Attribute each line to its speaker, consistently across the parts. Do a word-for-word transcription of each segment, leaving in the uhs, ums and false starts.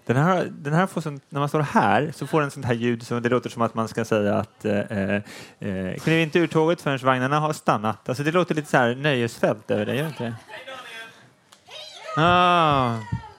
Speaker 1: Den här, den här får sånt, när man står här så får den sånt här ljud som det låter som att man ska säga att eh, eh, kliv inte ur tåget förrän vagnarna har stannat. Alltså det låter lite så här nöjesfält över det, gör inte det? Ah.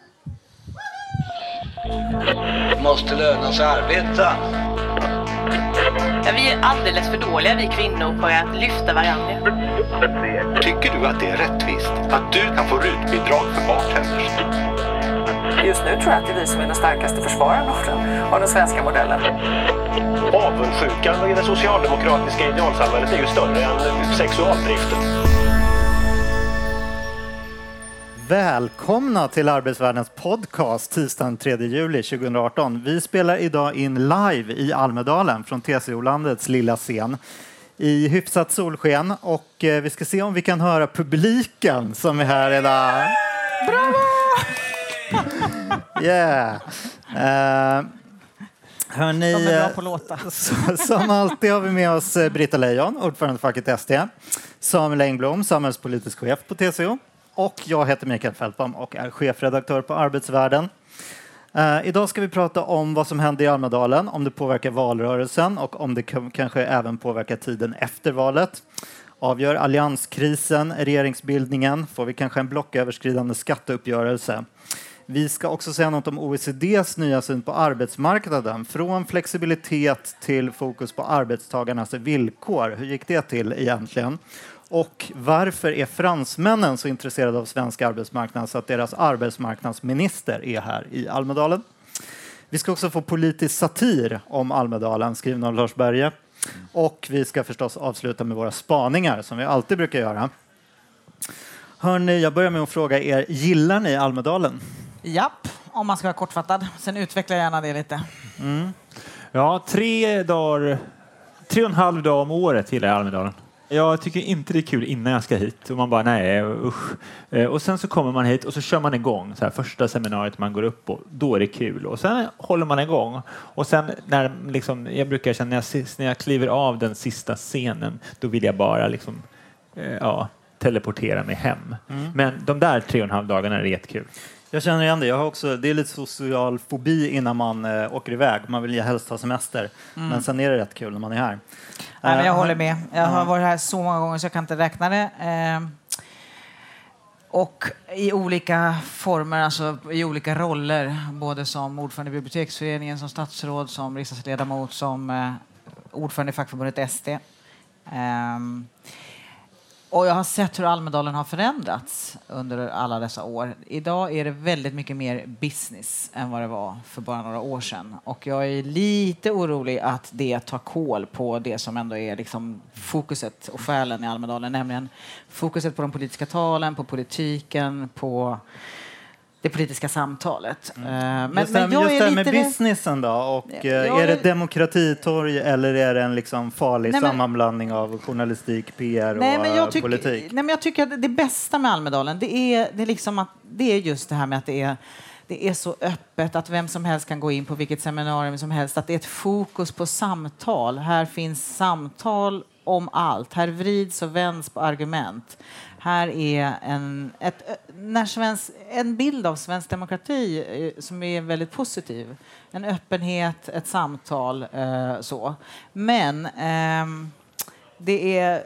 Speaker 2: Måste löna sig arbeta.
Speaker 3: Ja, vi är alldeles för dåliga, vi kvinnor, på att lyfta varandra.
Speaker 2: Tycker du att det är rättvist att du kan få rutbidrag för bartenders?
Speaker 4: Just nu tror jag att det är vi som är den starkaste försvararen av den svenska modellen.
Speaker 5: Avundsjukan i det socialdemokratiska idealsamhället är ju större än sexualdriften.
Speaker 6: Välkomna till Arbetsvärldens podcast tisdagen tredje juli tjugoarton. Vi spelar idag in live i Almedalen från T C O-landets lilla scen i hyfsat solsken, och vi ska se om vi kan höra publiken som är här idag. Bravo! Yeah. Uh, hörni,
Speaker 7: De är bra på låta.
Speaker 6: Som alltid har vi med oss Britta Lejon, ordförande facket S T, Samuel Engblom, samhällspolitisk chef på T C O, och jag heter Mikael Fältbom och är chefredaktör på Arbetsvärlden. Uh, idag ska vi prata om vad som hände i Almedalen, om det påverkar valrörelsen och om det k- kanske även påverkar tiden efter valet. Avgör allianskrisen, regeringsbildningen, får vi kanske en blocköverskridande skatteuppgörelse. Vi ska också säga något om O E C D:s nya syn på arbetsmarknaden. Från flexibilitet till fokus på arbetstagarnas villkor. Hur gick det till egentligen? Och varför är fransmännen så intresserade av svensk arbetsmarknad så att deras arbetsmarknadsminister är här i Almedalen? Vi ska också få politisk satir om Almedalen, skriven av Lars Berge. Och vi ska förstås avsluta med våra spaningar som vi alltid brukar göra. Hörrni, jag börjar med att fråga er, gillar ni Almedalen?
Speaker 7: Japp, om man ska vara kortfattad. Sen utvecklar jag gärna det lite.
Speaker 1: Mm. Ja, tre dagar, tre och en halv dag om året gillar jag Almedalen. Jag tycker inte det är kul innan jag ska hit. Och man bara, nej, usch. Och sen så kommer man hit och så kör man igång. Så här, första seminariet man går upp på, då är det kul. Och sen håller man igång. Och sen när liksom, jag brukar känna, när jag, när jag kliver av den sista scenen, då vill jag bara liksom, eh, ja, teleportera mig hem. Mm. Men de där tre och en halv dagarna är jättekul.
Speaker 6: Jag känner igen det. Jag har också, det är lite social fobi innan man äh, åker iväg. Man vill ju helst ha semester. Mm. Men sen är det rätt kul när man är här.
Speaker 7: Nej, men jag håller med. Jag har varit här så många gånger så jag kan inte räkna det. Eh, och i olika former, alltså i olika roller. Både som ordförande i biblioteksföreningen, som statsråd, som riksdagsledamot, som eh, ordförande i fackförbundet S T. Eh, Och jag har sett hur Almedalen har förändrats under alla dessa år. Idag är det väldigt mycket mer business än vad det var för bara några år sedan. Och jag är lite orolig att det tar kål på det som ändå är liksom fokuset och själen i Almedalen. Nämligen fokuset på de politiska talen, på politiken, på det politiska samtalet.
Speaker 6: Mm.
Speaker 7: Men,
Speaker 6: just det,
Speaker 7: men jag
Speaker 6: just
Speaker 7: är
Speaker 6: det
Speaker 7: lite
Speaker 6: med businessen då, och
Speaker 7: ja,
Speaker 6: är det
Speaker 7: är...
Speaker 6: demokratitorg eller är det en liksom farlig
Speaker 7: nej, men...
Speaker 6: sammanblandning av journalistik, P R och
Speaker 7: nej, men jag tyck...
Speaker 6: politik?
Speaker 7: Nej, men jag tycker att det bästa med Almedalen, det är, det är, liksom att, det är just det här med att det är, det är så öppet att vem som helst kan gå in på vilket seminarium som helst. Att det är ett fokus på samtal. Här finns samtal om allt. Här vrids och vänds på argument. Här är en, ett, när svensk, en bild av svensk demokrati som är väldigt positiv. En öppenhet, ett samtal. Eh, så. Men eh, det är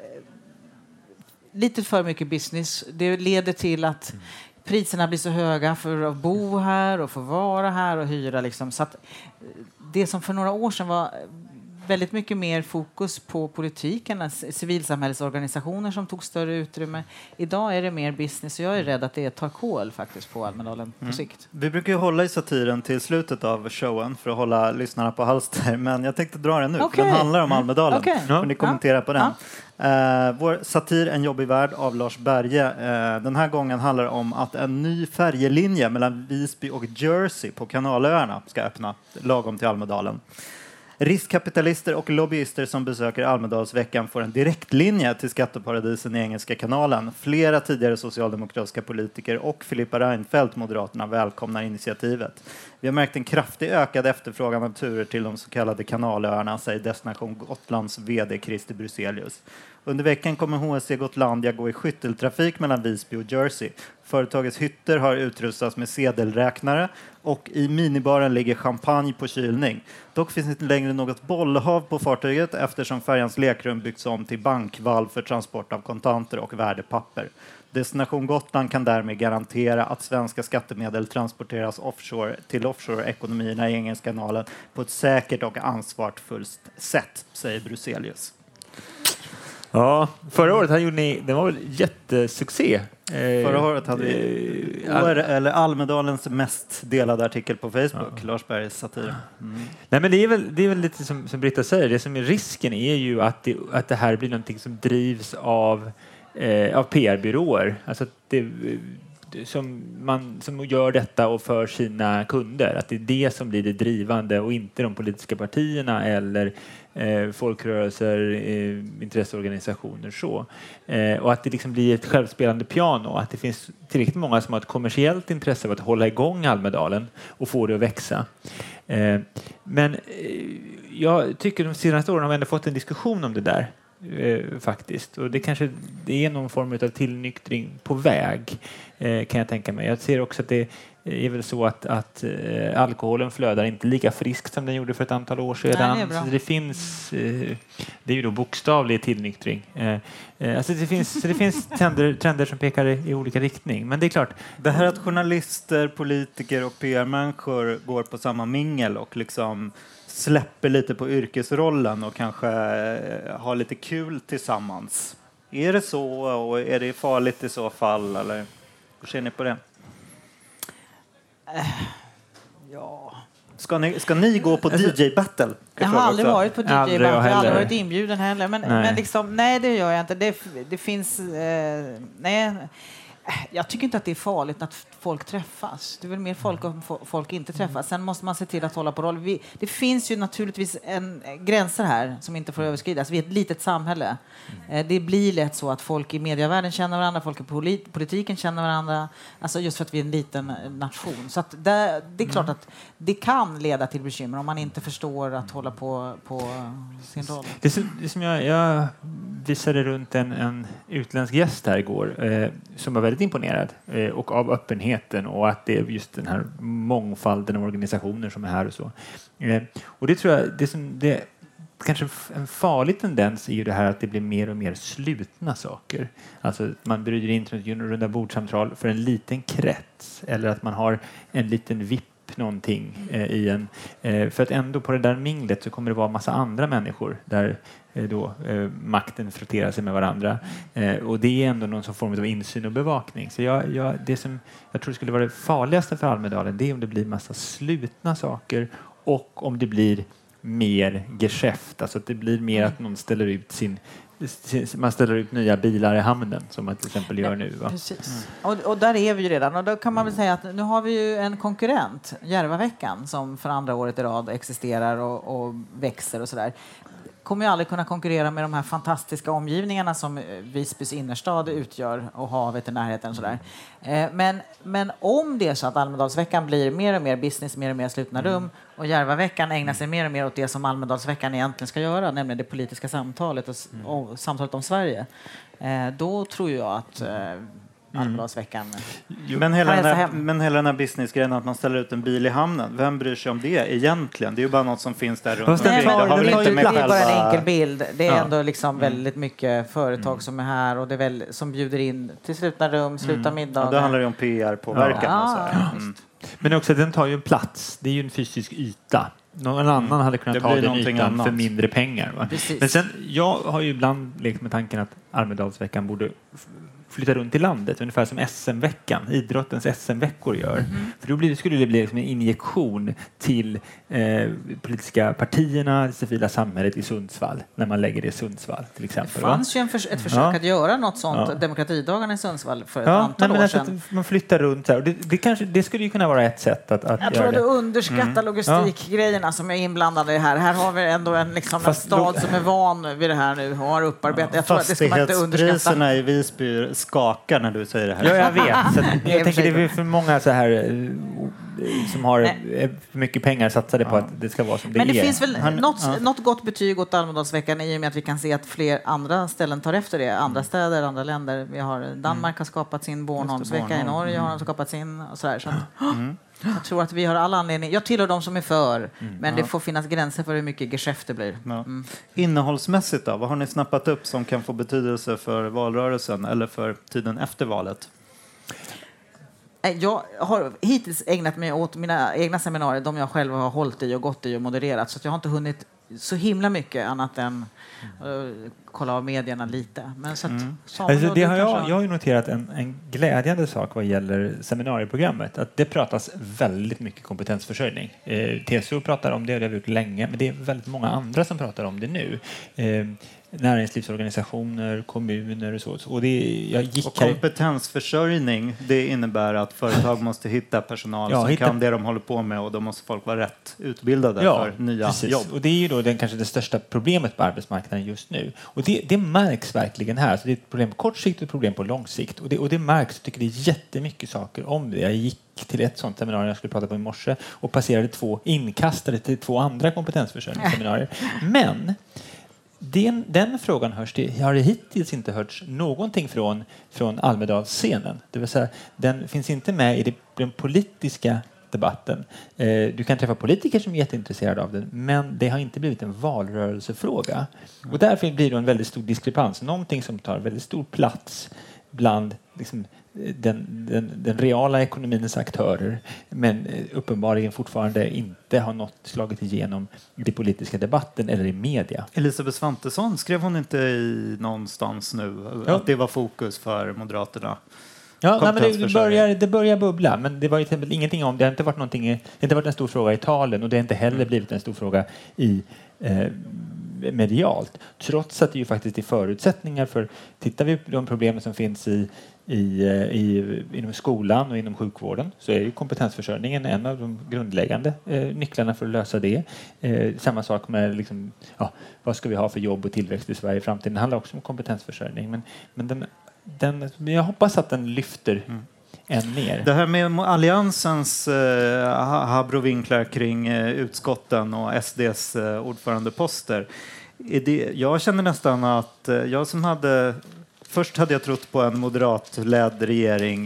Speaker 7: lite för mycket business. Det leder till att priserna blir så höga för att bo här och få vara här och hyra. Liksom. Så att det som för några år sedan var väldigt mycket mer fokus på politiken, civilsamhällsorganisationer som tog större utrymme. Idag är det mer business och jag är rädd att det tar kål faktiskt på Almedalen på mm. sikt.
Speaker 6: Vi brukar ju hålla i satiren till slutet av showen för att hålla lyssnarna på halster, men jag tänkte dra den nu,
Speaker 7: okay.
Speaker 6: för den handlar om Almedalen.
Speaker 7: Okay.
Speaker 6: Får ni kommentera ja. på den. Ja. Uh, vår satir En jobbig värld av Lars Berge. Uh, den här gången handlar om att en ny färjelinje mellan Visby och Jersey på Kanalöarna ska öppna lagom till Almedalen. Riskkapitalister och lobbyister som besöker Almedalsveckan får en direktlinje till skatteparadisen i Engelska kanalen. Flera tidigare socialdemokratiska politiker och Filippa Reinfeldt, Moderaterna, välkomnar initiativet. Vi har märkt en kraftig ökad efterfrågan av turer till de så kallade Kanalöarna, säger Destination Gotlands vd Christer Bruselius. Under veckan kommer H S C Gotlandia gå i skytteltrafik mellan Visby och Jersey. Företagets hytter har utrustats med sedelräknare och i minibaren ligger champagne på kylning. Dock finns inte längre något bollhav på fartyget eftersom färjans lekrum byggts om till bankvalv för transport av kontanter och värdepapper. Destination Gotland kan därmed garantera att svenska skattemedel transporteras offshore till offshore-ekonomierna i Engelska kanalen på ett säkert och ansvarsfullt sätt, säger Bruselius.
Speaker 1: Ja, förra året gjorde ni, det var väl jättesuccé.
Speaker 6: Förra året hade vi
Speaker 1: eh,
Speaker 6: år, eller Almedalens mest delade artikel på Facebook, ja. Lars Bergs satir. Mm.
Speaker 1: Nej, men det är väl, det är väl lite som, som Britta säger, det som är risken är ju att det, att det här blir någonting som drivs av, eh, av P R-byråer. Alltså att det, som, man, som gör detta och för sina kunder. Att det är det som blir det drivande och inte de politiska partierna eller eh, folkrörelser, eh, intresseorganisationer. Så. Eh, och att det liksom blir ett självspelande piano. Att det finns tillräckligt många som har ett kommersiellt intresse av att hålla igång Almedalen och få det att växa. Eh, men eh, jag tycker de senaste åren har vi ändå fått en diskussion om det där. Eh, faktiskt. Och det kanske det är någon form av tillnyktring på väg, eh, kan jag tänka mig. Jag ser också att det är väl så att, att eh, alkoholen flödar inte lika friskt som den gjorde för ett antal år sedan. Nej, det, så det finns eh, det är ju då bokstavlig tillnyktring. Eh, eh, alltså det finns, det finns trender, trender som pekar i, i olika riktning. Men det är klart.
Speaker 6: Det här att journalister, politiker och P R-människor går på samma mingel och liksom släpper lite på yrkesrollen och kanske har lite kul tillsammans. Är det så och är det farligt i så fall? Eller hur ser ni på det?
Speaker 7: Äh, ja.
Speaker 6: Ska ni, ska ni gå på D J-battle?
Speaker 7: Jag har aldrig
Speaker 6: också.
Speaker 7: varit på D J-battle. Jag har aldrig varit inbjuden heller. Men,
Speaker 1: nej.
Speaker 7: men liksom, nej, det gör jag inte. Det, det finns... Eh, nej... Jag tycker inte att det är farligt att folk träffas. Det är väl mer folk om folk inte träffas. Sen måste man se till att hålla på roll. Vi, det finns ju naturligtvis en gränser här som inte får överskridas. Vi är ett litet samhälle. Mm. Det blir lätt så att folk i medievärlden känner varandra, folk i polit, politiken känner varandra. Alltså just för att vi är en liten nation. Så att det, det är klart att det kan leda till bekymmer om man inte förstår att hålla på, på sin roll.
Speaker 1: Det som, det som jag, jag visade runt en, en utländsk gäst här igår eh, som var väldigt imponerad eh, och av öppenheten och att det är just den här mångfalden av organisationer som är här och så. Eh, och det tror jag, det som det kanske en farlig tendens är ju det här att det blir mer och mer slutna saker. Alltså man bryter in till en runda bordsamtal för en liten krets eller att man har en liten vipp någonting eh, i en eh, för att ändå på det där minglet så kommer det vara massa andra människor där eh, då eh, makten frotterar sig med varandra eh, och det är ändå någon form av insyn och bevakning. Så jag, jag, det som jag tror skulle vara det farligaste för Almedalen, det är om det blir massa slutna saker och om det blir mer geschäft, alltså att det blir mer att någon ställer ut sin man ställer ut nya bilar i hamnen som man till exempel gör nu. Va?
Speaker 7: Precis. Mm. Och, och där är vi ju redan. Och då kan man väl säga att nu har vi ju en konkurrent, Järvaveckan, som för andra året i rad existerar och, och växer och sådär. Kommer ju aldrig kunna konkurrera med de här fantastiska omgivningarna som Visbys innerstad utgör och havet i närheten och sådär. Men, men om det är så att Almedalsveckan blir mer och mer business, mer och mer slutna rum och Järvaveckan ägnar sig mer och mer åt det som Almedalsveckan egentligen ska göra, nämligen det politiska samtalet och, och samtalet om Sverige, då tror jag att Almedalsveckan.
Speaker 6: Mm. Men, hela den här, men hela den här businessgrejen att man ställer ut en bil i hamnen, vem bryr sig om det egentligen? Det är ju bara något som finns där runt.
Speaker 7: Nej, men, det, det, det, det är själva... bara en enkel bild. Det är ja. ändå liksom väldigt mycket företag mm. som är här och det är väl, som bjuder in till slutna rum, sluta mm. middagar.
Speaker 6: Ja, det handlar ju om P R-påverkan. Ja.
Speaker 7: Och så här.
Speaker 6: Mm.
Speaker 1: Men också den tar ju en plats. Det är ju en fysisk yta. Någon annan mm. hade kunnat ta den ytan annat. För mindre pengar. Va? Men sen, jag har ju ibland lekt med tanken att Almedalsveckan borde flytta runt i landet, ungefär som S M-veckan, idrottens S M-veckor gör. Mm. För då blir det, skulle det bli liksom en injektion till eh, politiska partierna, det civila samhället i Sundsvall, när man lägger det i Sundsvall till exempel.
Speaker 7: Det fanns va? ju en förs- ett försök ja. att göra något sånt, ja. demokratidagarna i Sundsvall för ett ja, antal
Speaker 1: nej,
Speaker 7: år
Speaker 1: alltså
Speaker 7: sedan.
Speaker 1: Man flyttar runt här. Och det, det, kanske, det skulle ju kunna vara ett sätt att, att
Speaker 7: Jag
Speaker 1: göra
Speaker 7: tror
Speaker 1: det.
Speaker 7: att du underskattar mm. logistikgrejerna som är inblandade i det här. Här har vi ändå en, liksom, en stad som är van vid det här nu och har upparbetat. Ja. Jag tror att det ska man inte underskatta.
Speaker 6: Fastighetspriserna i Visby skakar när du säger det här.
Speaker 1: Ja, jag vet. Så jag tänker det är för många så här som har Nej. för mycket pengar satsade på ja. att det ska vara som det är.
Speaker 7: Men det är. finns väl
Speaker 6: Han,
Speaker 7: något,
Speaker 6: ja.
Speaker 7: något gott betyg åt Almedalsveckan i och med att vi kan se att fler andra ställen tar efter det. Andra mm. städer, andra länder. Vi har, Danmark mm. har skapat sin Bornholmsvecka, i Norge mm. har skapat sin och sådär. Så att, mm. Jag tror att vi har alla anledning. Jag tillhör de som är för, mm. men ja. det får finnas gränser för hur mycket geschäft det blir. Ja. Mm.
Speaker 6: Innehållsmässigt då, vad har ni snappat upp som kan få betydelse för valrörelsen eller för tiden efter valet?
Speaker 7: Jag har hittills ägnat mig åt mina egna seminarier, de jag själv har hållit i och gått i och modererat, så att jag har inte hunnit så himla mycket annat än uh, kolla av medierna lite. Men så att,
Speaker 1: mm. alltså, det har jag, jag har ju noterat en, en glädjande sak vad gäller seminarieprogrammet, att det pratas väldigt mycket kompetensförsörjning. Eh, T C O pratar om det och det har vi gjort länge, men det är väldigt många andra som pratar om det nu. Eh, näringslivsorganisationer, kommuner och så. Och, det, jag gick
Speaker 6: och kompetensförsörjning, det innebär att företag måste hitta personal ja, som hitta... kan det de håller på med, och då måste folk vara rätt utbildade ja, för nya precis. jobb.
Speaker 1: Och det är ju då den, kanske det största problemet på arbetsmarknaden just nu. Och det, det märks verkligen här. Så det är ett problem på kort sikt och ett problem på lång sikt. Och det, och det märks, jag tycker det är jättemycket saker om det. Jag gick till ett sånt seminarium jag skulle prata på i morse och passerade två inkastade till två andra kompetensförsörjningsseminarier. Men Den, den frågan hörs det, har det hittills inte hörts någonting från, från Almedalsscenen. Det vill säga, den finns inte med i det, den politiska debatten. Eh, du kan träffa politiker som är jätteintresserade av den, men det har inte blivit en valrörelsefråga. Och därför blir det en väldigt stor diskrepans. Någonting som tar väldigt stor plats bland liksom, den, den, den reala ekonomins aktörer, men uppenbarligen fortfarande inte har något slagit igenom i den politiska debatten eller i media.
Speaker 6: Elisabeth Svantesson, skrev hon inte i någonstans nu ja. att det var fokus för Moderaterna?
Speaker 1: Ja, nej, men det, börjar, det börjar bubbla, men det var ju till exempel ingenting om det. Har inte varit någonting, det har inte varit en stor fråga i talen, och det har inte heller blivit en stor fråga i eh, medialt. Trots att det ju faktiskt är förutsättningar för, tittar vi på de problem som finns i I, i, inom skolan och inom sjukvården, så är ju kompetensförsörjningen en av de grundläggande eh, nycklarna för att lösa det. Eh, samma sak med liksom, ja, vad ska vi ha för jobb och tillväxt i Sverige i framtiden. Det handlar också om kompetensförsörjning. Men, men den, den, jag hoppas att den lyfter mm. än mer.
Speaker 6: Det här med alliansens eh, habrovinklar kring eh, utskotten och S D:s eh, ordförandeposter. Är det, jag känner nästan att eh, jag som hade Först hade jag trott på en moderatledd regering,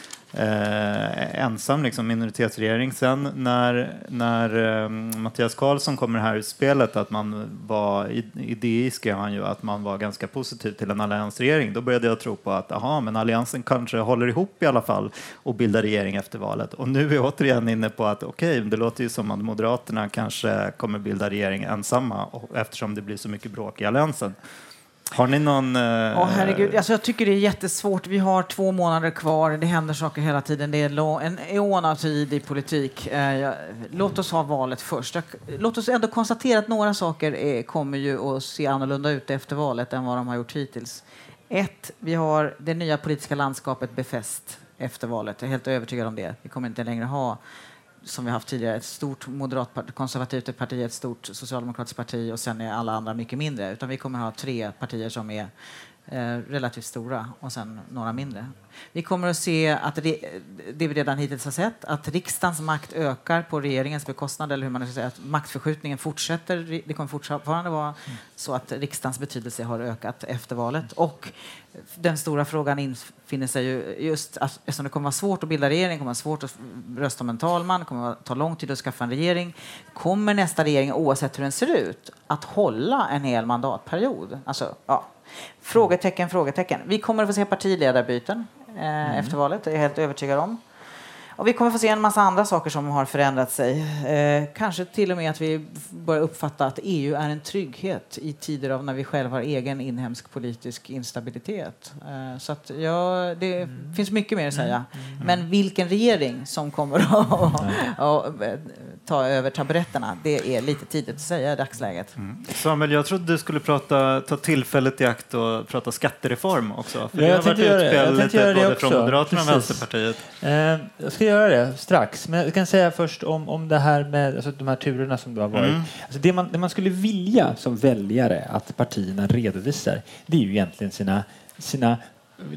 Speaker 6: eh, ensam liksom, minoritetsregering. Sen när, när eh, Mattias Karlsson kommer här i spelet, att man var, i, i D I skrev han ju att man var ganska positiv till en alliansregering. Då började jag tro på att aha, men alliansen kanske håller ihop i alla fall och bildar regering efter valet. Och nu är jag återigen inne på att okej, okay, det låter ju som att Moderaterna kanske kommer bilda regering ensamma, eftersom det blir så mycket bråk i alliansen. Har ni någon...
Speaker 7: Uh... Oh, herregud. Alltså, jag tycker det är jättesvårt. Vi har två månader kvar. Det händer saker hela tiden. Det är lång, en eon av tid i politik. Uh, jag, låt oss ha valet först. Jag, låt oss ändå konstatera att några saker är, kommer ju att se annorlunda ut efter valet än vad de har gjort hittills. Ett, vi har det nya politiska landskapet befäst efter valet. Jag är helt övertygad om det. Vi kommer inte längre ha, som vi haft tidigare, ett stort moderat konservativt parti, ett stort socialdemokratiskt parti, och sen är alla andra mycket mindre. Utan vi kommer ha tre partier som är eh, relativt stora och sen några mindre. Vi kommer att se att det, det vi redan hittills har sett, att riksdagens makt ökar på regeringens bekostnad, eller hur man ska säga, att maktförskjutningen fortsätter. Det kommer fortfarande vara mm. så att riksdagens betydelse har ökat efter valet. Och den stora frågan infinner sig ju just att eftersom det kommer vara svårt att bilda regering, kommer vara svårt att rösta om en talman, kommer att ta lång tid att skaffa en regering. Kommer nästa regering, oavsett hur den ser ut, att hålla en hel mandatperiod? Alltså, ja. Frågetecken, frågetecken. Vi kommer att få se partiledarbyten eh, mm. efter valet, det är jag helt övertygad om. Och vi kommer få se en massa andra saker som har förändrat sig. Eh, kanske till och med att vi börjar uppfatta att E U är en trygghet i tider av när vi själva har egen inhemsk politisk instabilitet. Eh, så att, ja, det mm. finns mycket mer att säga. Mm. Men vilken regering som kommer att mm. ta över taburetterna, det är lite tidigt att säga i dagsläget.
Speaker 6: Mm. Samuel, jag trodde du skulle prata, ta tillfället i akt och prata skattereform också. För
Speaker 1: ja,
Speaker 6: det har varit utspel lite både
Speaker 1: också.
Speaker 6: Från Moderaterna och Vänsterpartiet.
Speaker 1: Eh, jag ska göra det strax, men jag kan säga först om, om det här med alltså, de här turerna som det har varit. Mm. Alltså, det, man, det man skulle vilja som väljare att partierna redovisar, det är ju egentligen sina, sina liksom,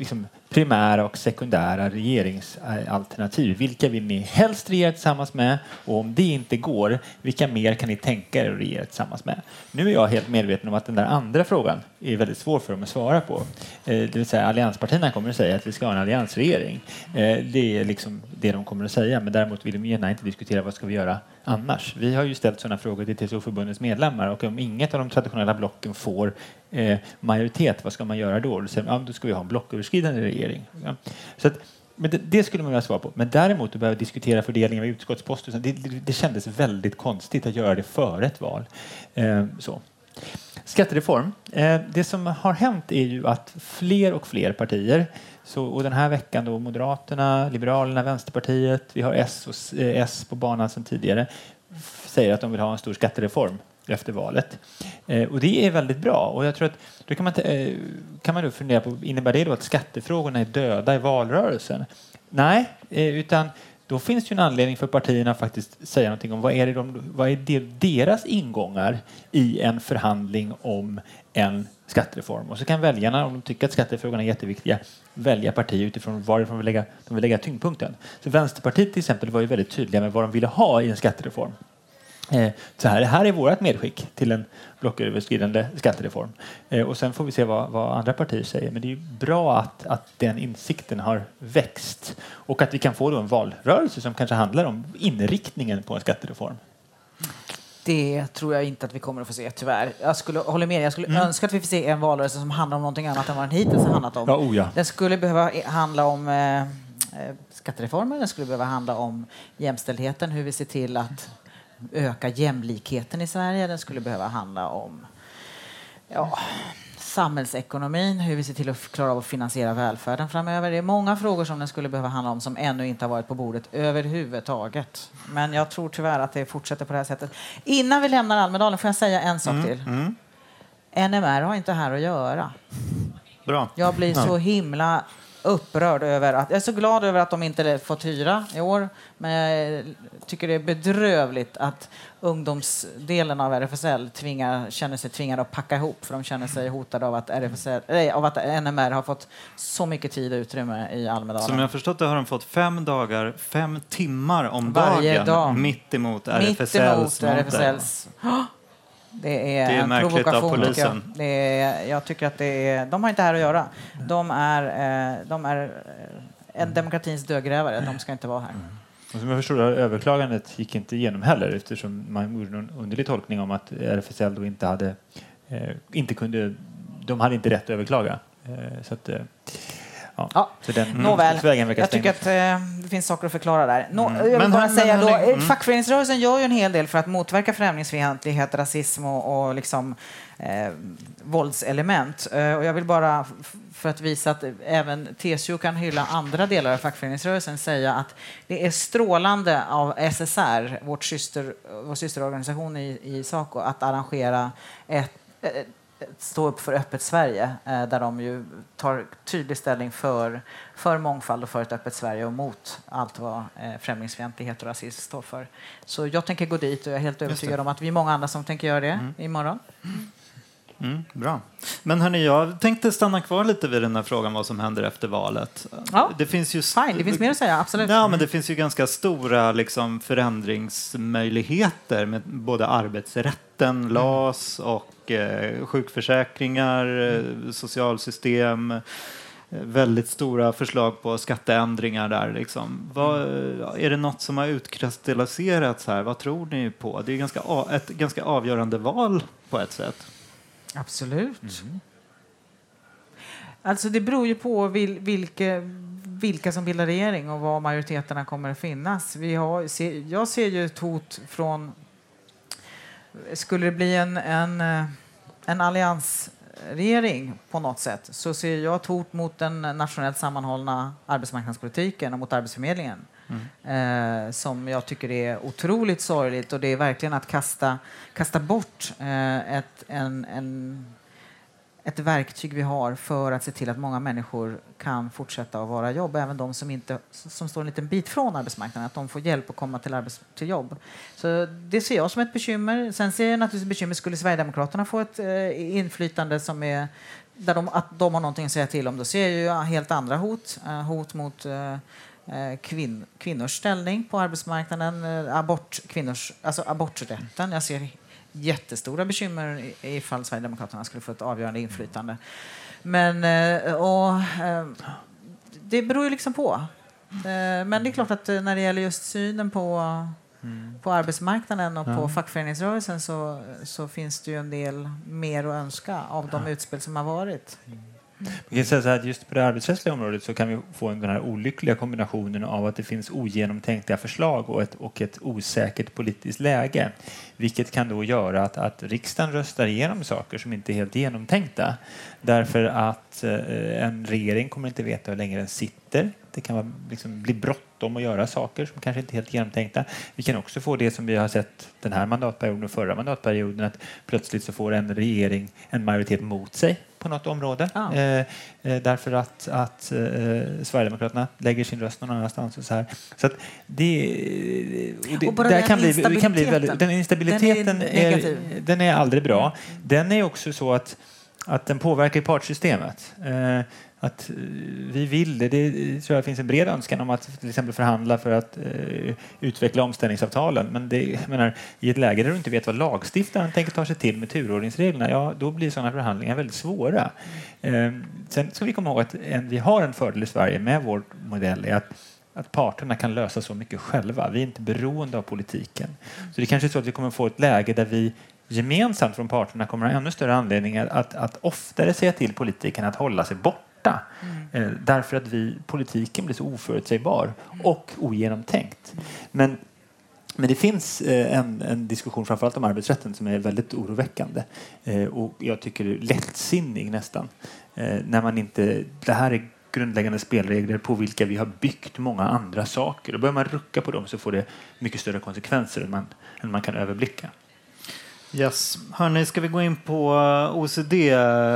Speaker 1: primära och sekundära regeringsalternativ. Vilka vill ni helst regera tillsammans med? Och om det inte går, vilka mer kan ni tänka er att regera tillsammans med? Nu är jag helt medveten om att den där andra frågan är väldigt svår för dem att svara på. Det vill säga, allianspartierna kommer att säga att vi ska ha en alliansregering. Det är liksom det de kommer att säga. Men däremot vill de gärna inte diskutera vad ska vi göra annars. Vi har ju ställt sådana frågor till T C O-förbundets medlemmar, och om inget av de traditionella blocken får eh, majoritet, vad ska man göra då? Då säger man, ja, då ska vi ha en blocköverskridande regering. Ja. Så att, men det, det skulle man vilja svara på. Men däremot att behöva diskutera fördelningen av utskottsposter, det, det, det kändes väldigt konstigt att göra det före ett val. Eh, så. Skattereform. Eh, det som har hänt är ju att fler och fler partier, så, och den här veckan då Moderaterna, Liberalerna, Vänsterpartiet, vi har S, och, eh, S på banan sedan tidigare, f- säger att de vill ha en stor skattereform efter valet. Eh, och det är väldigt bra. Och jag tror att då kan man, eh, kan man då fundera på, innebär det då att skattefrågorna är döda i valrörelsen? Nej, eh, utan då finns det ju en anledning för partierna att faktiskt säga någonting om vad är, det de, vad är det deras ingångar i en förhandling om en skattereform. Och så kan väljarna, om de tycker att skattefrågorna är jätteviktiga, välja parti utifrån var de vill lägga, de vill lägga tyngdpunkten. Så Vänsterpartiet till exempel var ju väldigt tydliga med vad de ville ha i en skattereform. Eh, så här, det här är vårt medskick till en blocköverskridande skattereform. Eh, och sen får vi se vad, vad andra partier säger. Men det är ju bra att, att den insikten har växt. Och att vi kan få då en valrörelse som kanske handlar om inriktningen på en skattereform.
Speaker 7: Det tror jag inte att vi kommer att få se, tyvärr. Jag skulle hålla med. Jag skulle mm. önska att vi får se en valrörelse som handlar om någonting annat än vad den hittills har handlat om.
Speaker 1: Ja, oh ja.
Speaker 7: Den skulle behöva handla om eh, skattereformer. Den skulle behöva handla om jämställdheten. Hur vi ser till att öka jämlikheten i Sverige. Den skulle behöva handla om ja, samhällsekonomin. Hur vi ser till att klara av att finansiera välfärden framöver. Det är många frågor som den skulle behöva handla om som ännu inte har varit på bordet överhuvudtaget. Men jag tror tyvärr att det fortsätter på det här sättet. Innan vi lämnar Almedalen får jag säga en sak mm, till. Mm. N M R har inte här att göra.
Speaker 6: Bra.
Speaker 7: Jag blir ja. så himla upprörd över att, jag är så glad över att de inte fått hyra i år, men jag tycker det är bedrövligt att ungdomsdelen av R F S L tvingar, känner sig tvingade att packa ihop, för de känner sig hotade av att, R F S L, nej, av att N M R har fått så mycket tid och utrymme i Almedalen.
Speaker 6: Som jag har förstått det har de fått fem dagar, fem timmar om
Speaker 7: varje
Speaker 6: dagen
Speaker 7: dag.
Speaker 6: mitt emot R F S L:s
Speaker 7: mitt emot R F S L:s. Det är,
Speaker 6: det är
Speaker 7: en
Speaker 6: märkligt
Speaker 7: provokation,
Speaker 6: av polisen.
Speaker 7: Det är, jag tycker att det är, de har inte här att göra. De är, de är en demokratins dödgrävare. De ska inte vara här.
Speaker 1: Och som jag förstår, överklagandet gick inte igenom heller, eftersom man gjorde en underlig tolkning om att R F S L då inte hade, eh, inte kunde, de hade inte rätt att överklaga. Eh, så att, eh, ja.
Speaker 7: Ja.
Speaker 1: Så den
Speaker 7: Nåväl, jag
Speaker 1: stängt.
Speaker 7: tycker att eh, det finns saker att förklara där. Nå,
Speaker 6: Mm.
Speaker 7: Jag vill
Speaker 6: Men
Speaker 7: bara
Speaker 6: han-
Speaker 7: säga
Speaker 6: men
Speaker 7: då,
Speaker 6: han- mm.
Speaker 7: fackföreningsrörelsen gör ju en hel del för att motverka främlingsfientlighet, rasism och, och liksom, eh, våldselement. Eh, och jag vill bara, f- för att visa att även T C O kan hylla andra delar av fackföreningsrörelsen, säga att det är strålande av S S R, vårt syster, vår systerorganisation i, i SACO, att arrangera ett ett stå upp för öppet Sverige, eh, där de ju tar tydlig ställning för, för mångfald och för ett öppet Sverige och mot allt vad eh, främlingsfientlighet och rasism står för. Så jag tänker gå dit och jag är helt övertygad om att vi är många andra som tänker göra det mm. imorgon.
Speaker 6: Mm, bra. Men hörni, jag tänkte stanna kvar lite vid den här frågan vad som händer efter valet.
Speaker 7: Ja.
Speaker 6: Det finns ju
Speaker 7: Fine, det finns mer att säga, absolut.
Speaker 6: Ja, men det finns ju ganska stora liksom, förändringsmöjligheter med både arbetsrätten, mm. L A S och eh, sjukförsäkringar, mm. socialsystem, eh, väldigt stora förslag på skatteändringar där. Liksom. Vad, är det något som har utkristalliserats här? Vad tror ni på? Det är ganska, ett ganska avgörande val på ett sätt.
Speaker 7: Absolut. Mm. Alltså det beror ju på vil, vilka, vilka som bildar regering och var majoriteterna kommer att finnas. Vi har, se, jag ser ju ett hot från... Skulle det bli en, en, en alliansregering på något sätt, så ser jag ett hot mot den nationellt sammanhållna arbetsmarknadspolitiken och mot Arbetsförmedlingen. Mm. Eh, som jag tycker är otroligt sorgligt, och det är verkligen att kasta, kasta bort eh, ett, en, en, ett verktyg vi har för att se till att många människor kan fortsätta att vara jobb, även de som, inte, som står en liten bit från arbetsmarknaden, att de får hjälp att komma till, arbets, till jobb. Så det ser jag som ett bekymmer. Sen ser jag naturligtvis bekymmer, skulle Sverigedemokraterna få ett eh, inflytande som är där de, att de har någonting att säga till om, då ser jag ju helt andra hot. Eh, hot mot eh, kvinn, kvinnors ställning på arbetsmarknaden, eh, abort, kvinnors, alltså aborträtten. Jag ser jättestora bekymmer ifall Sverigedemokraterna skulle få ett avgörande inflytande. Men och, det beror ju liksom på. Men det är klart att när det gäller just synen på, mm. på arbetsmarknaden och ja. på fackföreningsrörelsen så, så finns det ju en del mer att önska av de utspel som har varit.
Speaker 1: Mm. Vi kan säga så här att just på det arbetsrättsliga området så kan vi få den här olyckliga kombinationen av att det finns ogenomtänkta förslag och ett, och ett osäkert politiskt läge. Vilket kan då göra att, att riksdagen röstar igenom saker som inte är helt genomtänkta. Därför att eh, en regering kommer inte veta hur länge den sitter. Det kan vara, liksom, bli bråttom att göra saker som kanske inte är helt genomtänkta. Vi kan också få det som vi har sett den här mandatperioden och förra mandatperioden, att plötsligt så får en regering en majoritet mot sig på något område. Ah. Eh, eh, därför att, att eh, Sverigedemokraterna lägger sin röst någon annanstans. Och så här. Så att det, och det, och där kan bli, det kan bli väldigt, den instabiliteten den är, är, den är aldrig bra. Den är också så att, att den påverkar partsystemet. Eh, att vi vill det. Det tror jag finns en bred önskan om att till exempel förhandla för att eh, utveckla omställningsavtalen. Men det, jag menar, i ett läge där du inte vet vad lagstiftaren tänker ta sig till med turordningsreglerna, ja, då blir sådana förhandlingar väldigt svåra. Eh, sen ska vi komma ihåg att en, vi har en fördel i Sverige med vår modell är att att parterna kan lösa så mycket själva. Vi är inte beroende av politiken. Så det kanske är så att vi kommer få ett läge där vi gemensamt från parterna kommer att ha ännu större anledningar att, att oftare säga till politikerna att hålla sig borta. Mm. Eh, därför att vi, politiken blir så oförutsägbar och ogenomtänkt. Men, men det finns eh, en, en diskussion framförallt om arbetsrätten som är väldigt oroväckande. Eh, och jag tycker det är lättsinnig nästan. Eh, när man inte... Det här är grundläggande spelregler på vilka vi har byggt många andra saker. Och börjar man rucka på dem så får det mycket större konsekvenser än man, än man kan överblicka.
Speaker 6: Yes. Hörrni, ska vi gå in på O E C D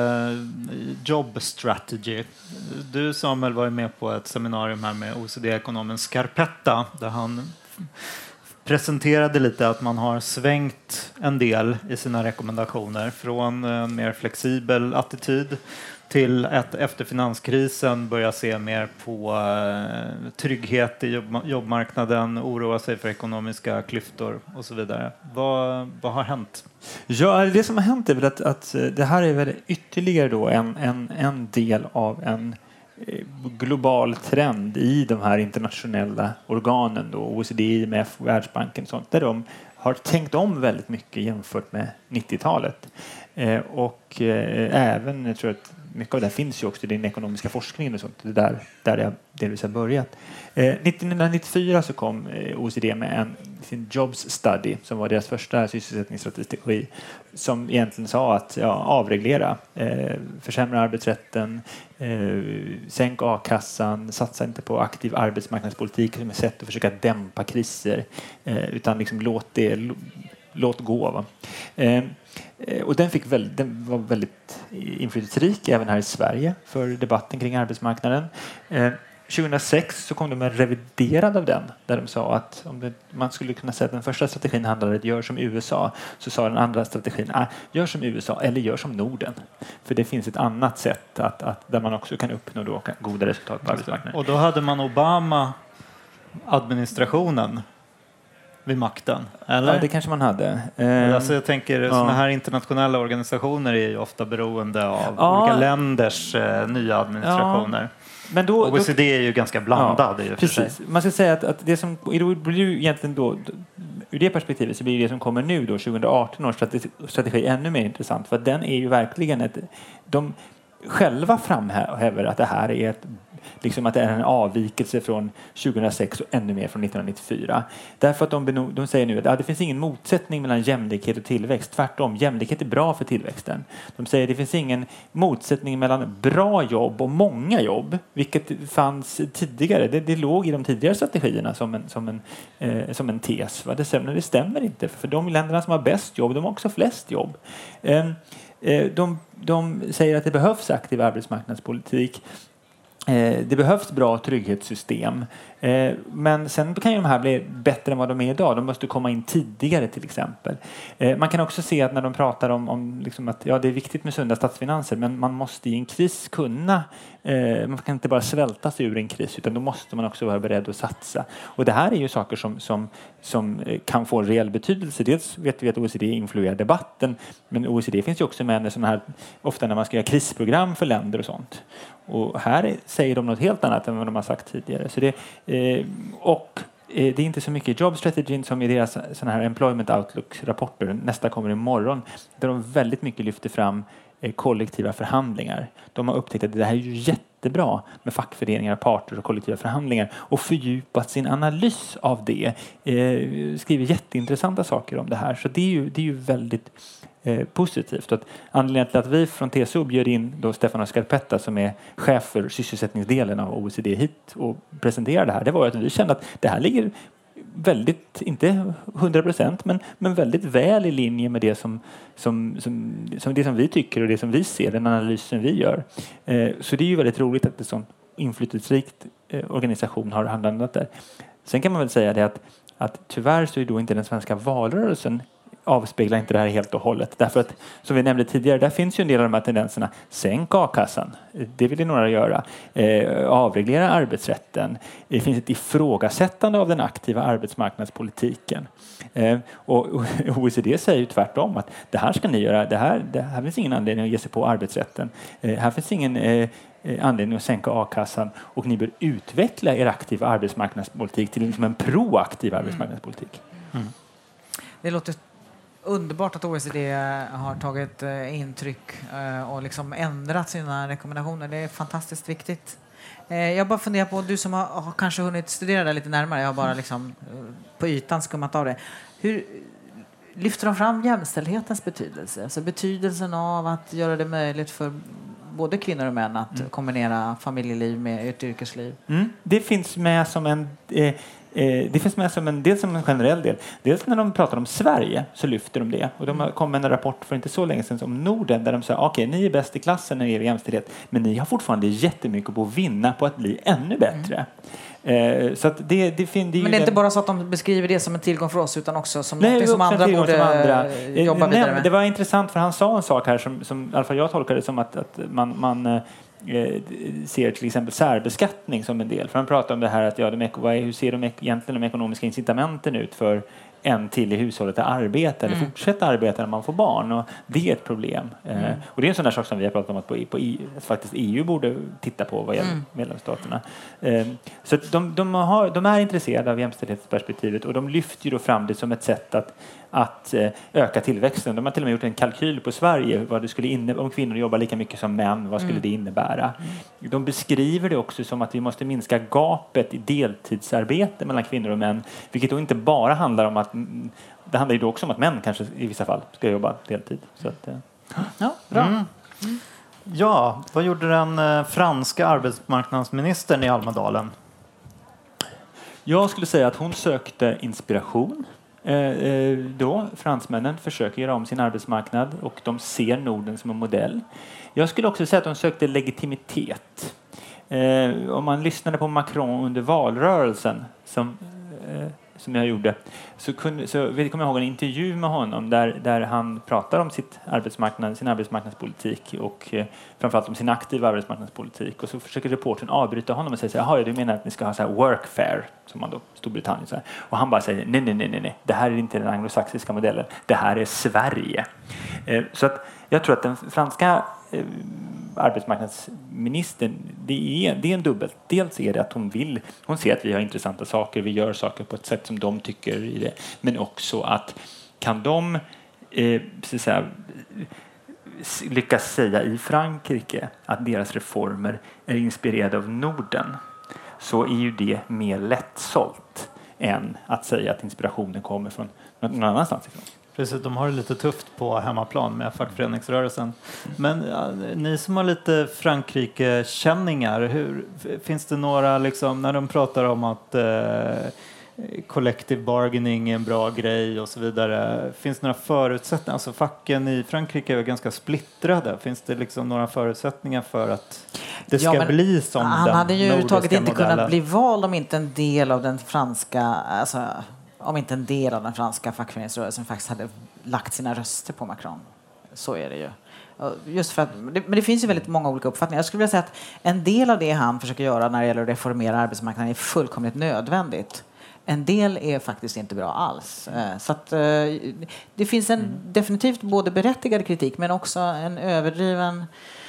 Speaker 6: Job Strategy. Du, Samuel, var ju med på ett seminarium här med O E C D-ekonomen Scarpetta där han presenterade lite att man har svängt en del i sina rekommendationer från en mer flexibel attityd till att efter finanskrisen börja se mer på eh, trygghet i jobb, jobbmarknaden, oroa sig för ekonomiska klyftor och så vidare. Vad, vad har hänt?
Speaker 1: Ja, det som har hänt är väl att, att det här är väl ytterligare då en, en, en del av en global trend i de här internationella organen då, O E C D, I M F, Världsbanken och sånt, där de har tänkt om väldigt mycket jämfört med nittiotalet. Eh, och eh, även, jag tror att mycket av det finns ju också i den ekonomiska forskningen och sånt. Det där, där jag delvis har börjat. Eh, nittonhundranittiofyra så kom eh, O E C D med en, sin Jobs Study som var deras första sysselsättningsstrategi som egentligen sa att ja, avreglera, eh, försämra arbetsrätten, eh, sänk a-kassan, satsa inte på aktiv arbetsmarknadspolitik som är sätt att försöka dämpa kriser eh, utan liksom låt det låt gå. Va? Eh, och den, fick väldigt, den var väldigt inflytelserik även här i Sverige för debatten kring arbetsmarknaden. Eh, tjugohundrasex så kom de med reviderad av den där de sa att om det, man skulle kunna säga att den första strategin handlade om gör som U S A, så sa den andra strategin ah, gör som U S A eller gör som Norden. För det finns ett annat sätt att, att, där man också kan uppnå då goda resultat på arbetsmarknaden.
Speaker 6: Och då hade man Obama-administrationen vid makten, eller?
Speaker 1: Ja, det kanske man hade.
Speaker 6: Eh, alltså jag tänker, ja. Såna här internationella organisationer är ju ofta beroende av ja. olika länders eh, nya administrationer. Ja. Men då, O E C D då, är ju ganska blandad. Ja,
Speaker 1: precis. Man ska säga att, att det som då blir ju egentligen då, ur det perspektivet så blir det som kommer nu då, tjugoarton års strategi, strategi ännu mer intressant. För den är ju verkligen ett... De själva framhäver att det här är ett liksom att det är en avvikelse från tjugohundrasex och ännu mer från nittonhundranittiofyra. Därför att de, de säger nu att ja, det finns ingen motsättning mellan jämlikhet och tillväxt. Tvärtom, jämlikhet är bra för tillväxten. De säger att det finns ingen motsättning mellan bra jobb och många jobb, vilket fanns tidigare. Det, det låg i de tidigare strategierna som en, som en, eh, som en tes. Va? Det, stämmer, det stämmer inte, för de länderna som har bäst jobb, de har också flest jobb. Eh, eh, de, de säger att det behövs aktiv arbetsmarknadspolitik. Eh, det behövs bra trygghetssystem. Eh, men sen kan ju de här bli bättre än vad de är idag. De måste komma in tidigare till exempel. Eh, man kan också se att när de pratar om, om liksom att ja, det är viktigt med sunda statsfinanser, men man måste i en kris kunna, eh, man kan inte bara svälta sig ur en kris, utan då måste man också vara beredd att satsa. Och det här är ju saker som, som, som kan få en reell betydelse. Dels vet vi att O E C D influerar debatten, men O E C D finns ju också med sådana här, ofta när man ska göra krisprogram för länder och sånt. Och här säger de något helt annat än vad de har sagt tidigare. Så det, eh, och eh, det är inte så mycket job strategy som i deras såna här employment outlook-rapporter. Nästa kommer imorgon. Där de väldigt mycket lyfter fram eh, kollektiva förhandlingar. De har upptäckt att det här är ju jättebra med fackföreningar, parter och kollektiva förhandlingar. Och fördjupat sin analys av det. Eh, skriver jätteintressanta saker om det här. Så det är ju, det är ju väldigt Eh, positivt. Att anledningen till att vi från T C O bjöd in då Stefano Scarpetta som är chef för sysselsättningsdelen av O E C D hit och presenterade det här, det var att vi kände att det här ligger väldigt, inte hundra procent, men, men väldigt väl i linje med det som, som, som, som, det som vi tycker och det som vi ser, den analysen vi gör. Eh, så det är ju väldigt roligt att en sån inflytelserikt eh, organisation har handlat där. Sen kan man väl säga det att, att tyvärr så är då inte den svenska valrörelsen avspeglar inte det här helt och hållet. Därför att, som vi nämnde tidigare, där finns ju en del av de här tendenserna. Sänk a-kassan. Det vill ju några göra. Eh, avreglera arbetsrätten. Det finns ett ifrågasättande av den aktiva arbetsmarknadspolitiken. Eh, och O E C D säger ju tvärtom att det här ska ni göra. Det här, det här finns ingen anledning att ge sig på arbetsrätten. Eh, här finns ingen eh, anledning att sänka a-kassan. Och ni bör utveckla er aktiva arbetsmarknadspolitik till liksom en proaktiv arbetsmarknadspolitik.
Speaker 7: Mm. Det låter underbart att O E C D har tagit intryck och liksom ändrat sina rekommendationer. Det är fantastiskt viktigt. Jag bara funderar på, du som har, har kanske hunnit studera det lite närmare, jag har bara liksom på ytan skummat av det. Hur lyfter de fram jämställdhetens betydelse? Alltså betydelsen av att göra det möjligt för både kvinnor och män att mm. kombinera familjeliv med ett yrkesliv?
Speaker 1: Mm. Det finns med som en... Eh, Det finns med som en, dels som en generell del. Dels när de pratar om Sverige så lyfter de det. Och de kom med en rapport för inte så länge sedan om Norden där de sa okej, okay, ni är bäst i klassen när det gäller jämställdhet, men ni har fortfarande jättemycket på att vinna på att bli ännu bättre. Mm. Eh, så att det, det, fin, det är
Speaker 7: men det är
Speaker 1: den...
Speaker 7: inte bara så att de beskriver det som en tillgång för oss utan också som
Speaker 1: Nej,
Speaker 7: något som andra borde
Speaker 1: som andra.
Speaker 7: jobba
Speaker 1: Nej,
Speaker 7: vidare med.
Speaker 1: Det var intressant för han sa en sak här som, som i alla fall jag tolkade som att, att man... man ser till exempel särbeskattning som en del. För han pratar om det här att ja, de, hur ser de egentligen de ekonomiska incitamenten ut för en till i hushållet att arbeta eller mm. fortsätta arbeta när man får barn. Och det är ett problem. Mm. Eh, och det är en sån där sak som vi har pratat om att, på, på, att faktiskt E U borde titta på vad gäller mm. medlemsstaterna. Eh, så att de, de, har, de är intresserade av jämställdhetsperspektivet och de lyfter ju då fram det som ett sätt att att öka tillväxten. De har till och med gjort en kalkyl på Sverige vad det skulle innebära om kvinnor jobbar lika mycket som män. Vad skulle mm. det innebära? De beskriver det också som att vi måste minska gapet i deltidsarbete mellan kvinnor och män. Vilket då inte bara handlar om att det handlar ju då också om att män kanske i vissa fall ska jobba deltid. Så att,
Speaker 6: ja, bra. Mm. Mm. Ja, vad gjorde den franska arbetsmarknadsministern i Almedalen?
Speaker 1: Jag skulle säga att hon sökte inspiration. Eh, då fransmännen försöker göra om sin arbetsmarknad och de ser Norden som en modell. Jag skulle också säga att de sökte legitimitet. Eh, om man lyssnade på Macron under valrörelsen som, eh, som jag gjorde så, kunde, så vi kommer ihåg en intervju med honom där, där han pratar om sitt arbetsmarknad, sin arbetsmarknadspolitik och eh, framförallt om sin aktiva arbetsmarknadspolitik och så försöker reportern avbryta honom och säga jaha, du menar att ni ska ha så här workfare som man då Storbritannien så här. Och han bara säger nej nej nej nej det här är inte den anglosaxiska modellen, det här är Sverige. Eh, så att jag tror att den franska eh, arbetsmarknadsministern det är, det är en dubbelt. Dels är det att hon vill, hon ser att vi har intressanta saker, vi gör saker på ett sätt som de tycker i det, men också att kan de eh, så att säga, lyckas säga i Frankrike att deras reformer är inspirerade av Norden så är ju det mer lättsålt än att säga att inspirationen kommer från någon annanstans ifrån.
Speaker 6: Precis, de har det lite tufft på hemmaplan med fackföreningsrörelsen. Men ja, ni som har lite Frankrike-känningar, hur, finns det några, liksom, när de pratar om att, eh, collective bargaining är en bra grej och så vidare. Finns det några förutsättningar? Alltså facken i Frankrike är ganska splittrade. Finns det liksom några förutsättningar för att det ska
Speaker 7: ja,
Speaker 6: bli som
Speaker 7: han
Speaker 6: den
Speaker 7: hade ju överhuvudtaget inte
Speaker 6: modellen?
Speaker 7: kunnat bli vald om inte en del av den franska, alltså, om inte en del av den franska fackföreningsrörelsen faktiskt hade lagt sina röster på Macron. Så är det ju. Just för att, men det finns ju väldigt många olika uppfattningar. Jag skulle vilja säga att en del av det han försöker göra när det gäller att reformera arbetsmarknaden är fullkomligt nödvändigt. En del är faktiskt inte bra alls. Så att, det finns en mm. definitivt både berättigad kritik men också en överdriven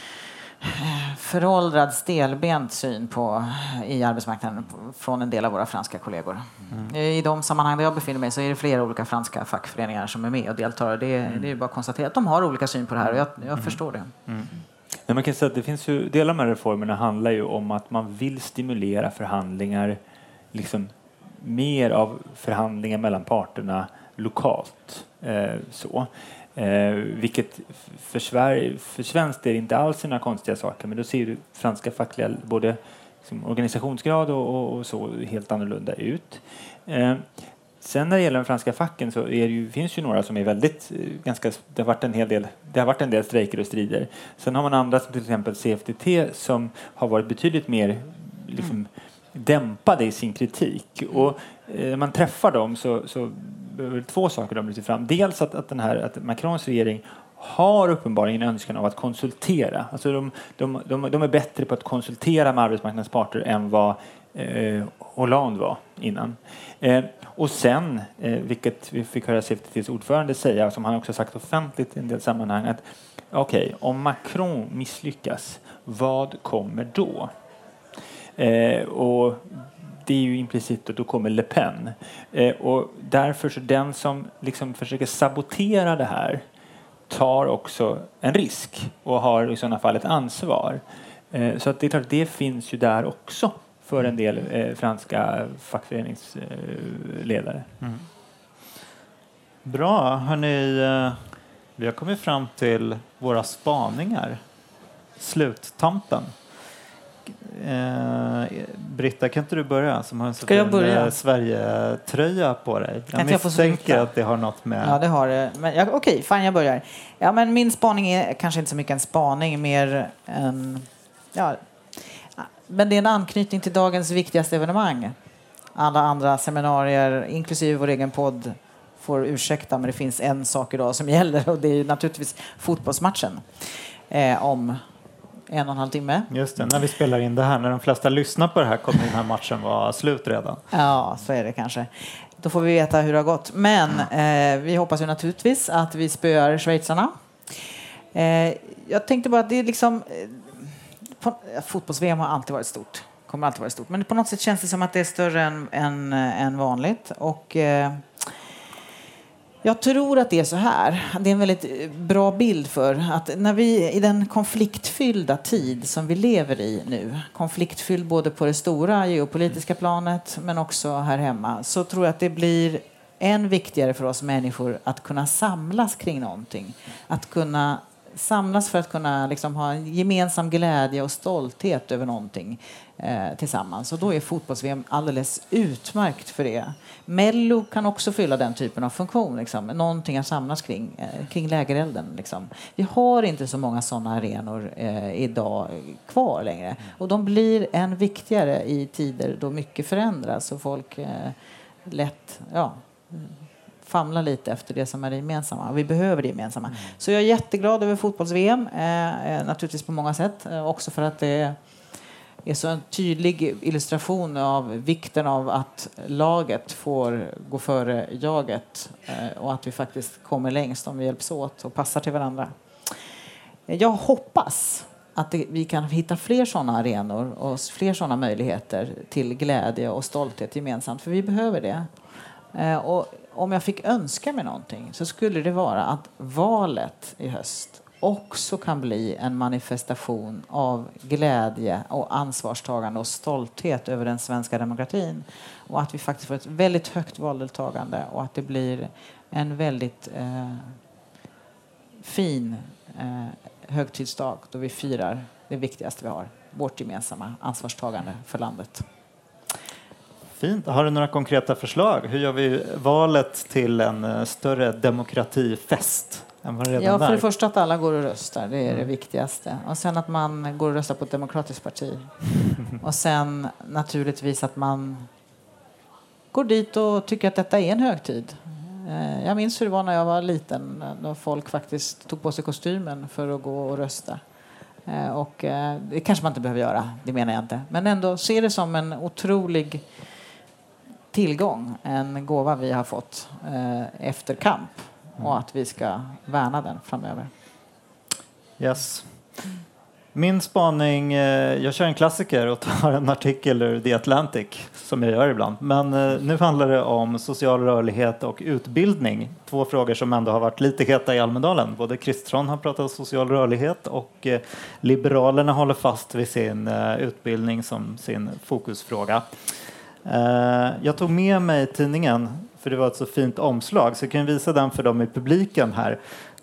Speaker 7: föråldrad stelbent syn på i arbetsmarknaden från en del av våra franska kollegor. Mm. I de sammanhang där jag befinner mig så är det flera olika franska fackföreningar som är med och deltar. Det är, mm. det är bara att konstatera att de har olika syn på det här och jag, jag mm. förstår det.
Speaker 1: Mm. Men man kan säga att det finns ju, delar av de här reformerna handlar ju om att man vill stimulera förhandlingar, liksom mer av förhandlingar mellan parterna lokalt. Eh, så. Eh, vilket för, Sverige, för svenskt är det inte alls några konstiga saker, men då ser ju franska fackliga både liksom, organisationsgrad och, och, och så helt annorlunda ut. Eh, sen när det gäller den franska facken så är det ju, finns ju några som är väldigt ganska, det har varit en hel del, det har varit en del strejker och strider. Sen har man andra som till exempel C F D T som har varit betydligt mer liksom, mm. dämpade i sin kritik. Och eh, man träffar dem så, så två saker de lyfter fram. Dels att, att, den här, att Macrons regering har uppenbarligen en önskan av att konsultera. Alltså de, de, de, de är bättre på att konsultera med arbetsmarknadens parter än vad eh, Hollande var innan. Eh, och sen, eh, vilket vi fick höra C F D T:s ordförande säga, som han också sagt offentligt i en del sammanhang, att okej, okay, om Macron misslyckas, vad kommer då? Eh, och det är ju implicit att då kommer Le Pen. Eh, och därför så den som liksom försöker sabotera det här tar också en risk och har i sådana fall ett ansvar. Eh, så att det är klart, det finns ju där också för en del eh, franska fackföreningsledare. Eh, mm.
Speaker 6: Bra, hörni, eh, vi har kommit fram till våra spaningar. Sluttampen. Eh, Britta, kan inte du börja som har en så fin Sverige-tröja på dig? Jag kan misstänker jag att det har något med...
Speaker 7: Ja, det har det. Men, ja, okej, fan jag börjar. Ja, men min spaning är kanske inte så mycket en spaning, mer en... Ja, men det är en anknytning till dagens viktigaste evenemang. Alla andra seminarier, inklusive vår egen podd, får ursäkta, men det finns en sak idag som gäller och det är naturligtvis fotbollsmatchen eh, om en och en halv timme.
Speaker 6: Just det, när vi spelar in det här, när de flesta lyssnar på det här kommer den här matchen vara slut redan.
Speaker 7: Ja, så är det kanske. Då får vi veta hur det har gått. Men eh, vi hoppas ju naturligtvis att vi spöar schweizarna. Eh, jag tänkte bara att det är liksom... Eh, på, fotbolls-V M har alltid varit stort. Kommer alltid varit stort. Men på något sätt känns det som att det är större än, än, än vanligt. Och... Eh, Jag tror att det är så här. Det är en väldigt bra bild för att när vi i den konfliktfyllda tid som vi lever i nu, konfliktfylld både på det stora geopolitiska planet men också här hemma, så tror jag att det blir än viktigare för oss människor att kunna samlas kring någonting. Att kunna samlas för att kunna liksom ha en gemensam glädje och stolthet över någonting eh, tillsammans. Och då är fotbolls-V M alldeles utmärkt för det. Mello kan också fylla den typen av funktion. Liksom. Någonting att samlas kring, eh, kring lägerelden. Liksom. Vi har inte så många sådana arenor eh, idag kvar längre. Och de blir än viktigare i tider då mycket förändras och folk eh, lätt... Ja, famla lite efter det som är det gemensamma. Vi behöver det gemensamma. Mm. Så jag är jätteglad över fotbolls-V M. Eh, naturligtvis på många sätt. Eh, också för att det är så en tydlig illustration av vikten av att laget får gå före jaget. Eh, och att vi faktiskt kommer längst om vi hjälps åt och passar till varandra. Eh, jag hoppas att det, vi kan hitta fler sådana arenor och fler sådana möjligheter till glädje och stolthet gemensamt. För vi behöver det. Eh, och om jag fick önska mig någonting så skulle det vara att valet i höst också kan bli en manifestation av glädje och ansvarstagande och stolthet över den svenska demokratin. Och att vi faktiskt får ett väldigt högt valdeltagande och att det blir en väldigt eh, fin eh, högtidsdag då vi firar det viktigaste vi har, vårt gemensamma ansvarstagande för landet.
Speaker 6: Fint. Har du några konkreta förslag? Hur gör vi valet till en större demokratifest än vad det redan
Speaker 7: Ja, för
Speaker 6: är?
Speaker 7: det första att alla går och röstar. Det är mm. det viktigaste. Och sen att man går och röstar på ett demokratiskt parti. Och sen naturligtvis att man går dit och tycker att detta är en högtid. Jag minns hur det var när jag var liten. Då folk faktiskt tog på sig kostymen för att gå och rösta. Och det kanske man inte behöver göra, det menar jag inte. Men ändå se det som en otrolig tillgång, en gåva vi har fått efter kamp. Och att vi ska värna den framöver.
Speaker 6: Yes. Min spaning, jag kör en klassiker och tar en artikel ur The Atlantic som jag gör ibland. Men nu handlar det om social rörlighet och utbildning. Två frågor som ändå har varit lite heta i Almedalen. Både Kristersson har pratat om social rörlighet och Liberalerna håller fast vid sin utbildning som sin fokusfråga. Jag tog med mig tidningen för det var ett så fint omslag så jag kan visa den för dem i publiken här.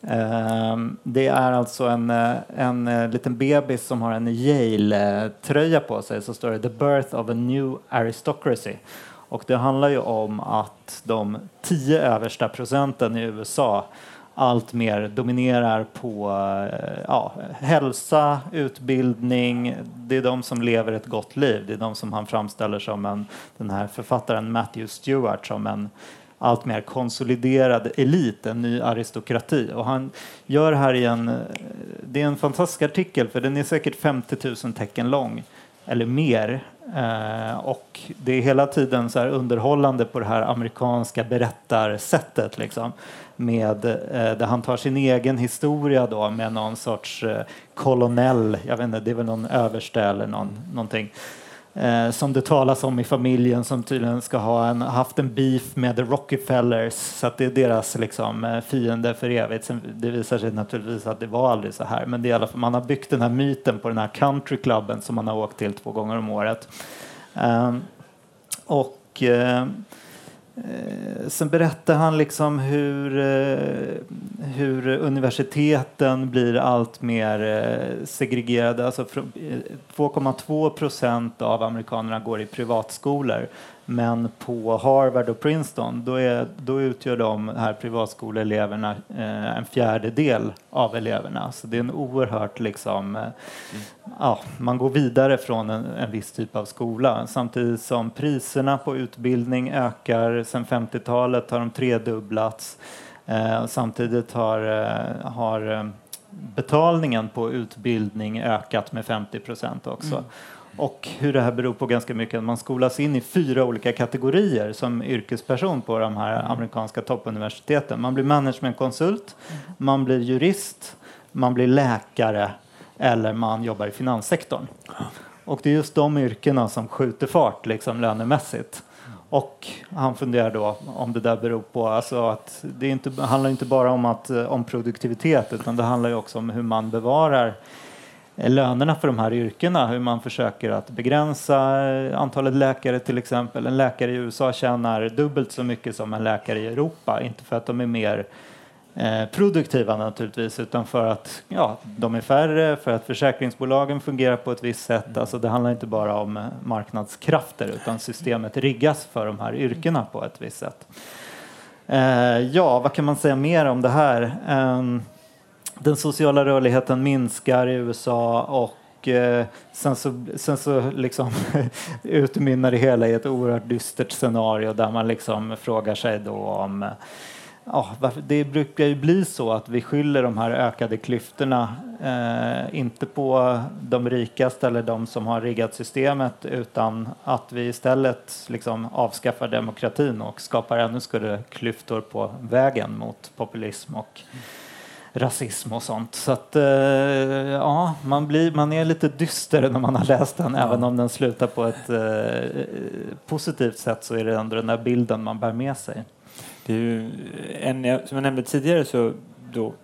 Speaker 6: Det är alltså en, en liten bebis som har en Yale-tröja på sig. Så står det The Birth of a New Aristocracy. Och det handlar ju om att de tio översta procenten i U S A allt mer dominerar på ja, hälsa, utbildning. Det är de som lever ett gott liv. Det är de som han framställer som en, den här författaren Matthew Stewart som en allt mer konsoliderad elit, en ny aristokrati. Och han gör här i en, det är en fantastisk artikel för den är säkert femtio tusen tecken lång eller mer. Eh, och det är hela tiden så här underhållande på det här amerikanska berättarsättet liksom. Med, eh, där han tar sin egen historia då med någon sorts eh, kolonell, jag vet inte, det är väl någon överste eller någon, någonting. Eh, som det talas om i familjen som tydligen ska ha en, haft en beef med the Rockefellers så att det är deras liksom, fiende för evigt. Sen, det visar sig naturligtvis att det var aldrig så här men det är i alla fall, man har byggt den här myten på den här countryklubben som man har åkt till två gånger om året. Eh, och eh, sen berättar han liksom hur, hur universiteten blir allt mer segregerade. Alltså två komma två procent av amerikanerna går i privatskolor. Men på Harvard och Princeton då, är, då utgör de här privatskoleeleverna eh, en fjärdedel av eleverna. Så det är en oerhört liksom, eh, mm. ja, man går vidare från en, en viss typ av skola. Samtidigt som priserna på utbildning ökar. Sedan femtiotalet har de tredubblats. Eh, samtidigt har, eh, har betalningen på utbildning ökat med femtio procent också. Mm. Och hur det här beror på ganska mycket. Man skolas in i fyra olika kategorier som yrkesperson på de här amerikanska toppuniversiteten. Man blir managementkonsult, man blir jurist, man blir läkare eller man jobbar i finanssektorn. Och det är just de yrkena som skjuter fart liksom lönemässigt. Och han funderar då om det där beror på alltså att det inte, handlar inte bara om, att, om produktivitet utan det handlar ju också om hur man bevarar lönerna för de här yrkena, hur man försöker att begränsa antalet läkare till exempel. En läkare i U S A tjänar dubbelt så mycket som en läkare i Europa. Inte för att de är mer eh, produktiva naturligtvis utan för att ja, de är färre, för att försäkringsbolagen fungerar på ett visst sätt. Alltså det handlar inte bara om marknadskrafter utan systemet riggas för de här yrkena på ett visst sätt. Eh, ja, vad kan man säga mer om det här? Eh, Den sociala rörligheten minskar i U S A och eh, sen så, sen så liksom utmynnar det hela i ett oerhört dystert scenario där man liksom frågar sig då om ja, varför, det brukar ju bli så att vi skyller de här ökade klyftorna eh, inte på de rikaste eller de som har riggat systemet utan att vi istället liksom avskaffar demokratin och skapar ännu större klyftor på vägen mot populism och rasism och sånt. Så att eh, ja, man, blir, man är lite dyster när man har läst den. Ja. Även om den slutar på ett eh, positivt sätt så är det ändå den där bilden man bär med sig.
Speaker 1: Det är ju en, som jag nämnde tidigare så då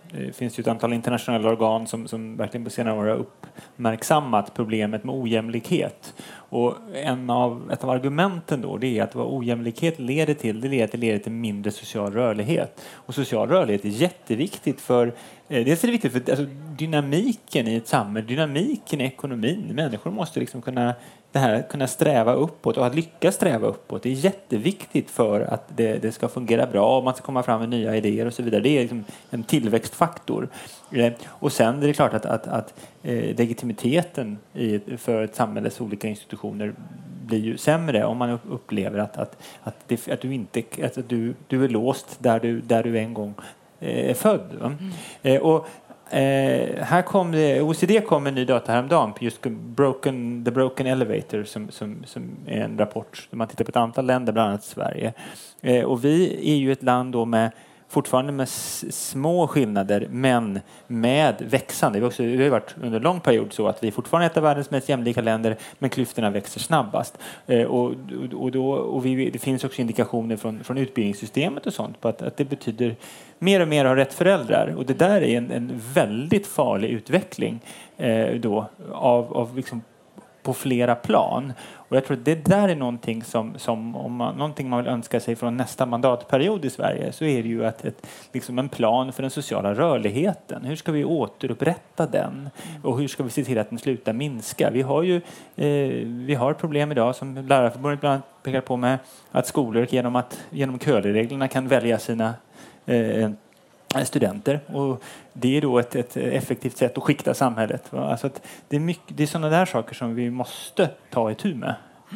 Speaker 1: det finns ju ett antal internationella organ som, som verkligen på senare år har uppmärksammat problemet med ojämlikhet. Och en av, ett av argumenten då det är att vad ojämlikhet leder till, det leder till, det leder till mindre social rörlighet. Och social rörlighet är jätteviktigt för, eh, dels är det viktigt för alltså, dynamiken i ett samhälle, dynamiken i ekonomin. Människor måste liksom kunna det här kunna sträva uppåt och att lyckas sträva uppåt. Det är jätteviktigt för att det, det ska fungera bra och man ska komma fram med nya idéer och så vidare. Det är liksom en tillväxtfaktor. Eh, och sen är det klart att, att, att eh, legitimiteten i, för ett samhälles olika institutioner blir ju sämre om man upplever att, att, att, det, att, du, inte, att du, du är låst där du, där du en gång eh, är född. Mm. Eh, och Eh, här kom det, O E C D kom med en ny data häromdagen på just broken, The Broken Elevator som, som, som är en rapport där man tittar på ett antal länder, bland annat Sverige. Eh, och vi är ju ett land då med fortfarande med små skillnader men med växande. Vi har, också, vi har varit under en lång period så att vi fortfarande är ett av världens mest jämlika länder men klyftorna växer snabbast. Eh, och och, då, och vi, det finns också indikationer från, från utbildningssystemet och sånt på att, att det betyder mer och mer har rätt föräldrar. Och det där är en, en väldigt farlig utveckling eh, då, av, av liksom på flera plan. Och jag tror att det där är någonting som, som om man, någonting man vill önska sig från nästa mandatperiod i Sverige så är det ju att ett, liksom en plan för den sociala rörligheten. Hur ska vi återupprätta den? Och hur ska vi se till att den slutar minska? Vi har ju eh, vi har problem idag som Lärarförbundet bland annat pekar på med att skolor genom, att, genom köreglerna kan välja sina eh, studenter och det är då ett, ett effektivt sätt att skikta samhället. Alltså att det är mycket, det är sådana där saker som vi måste ta itu med.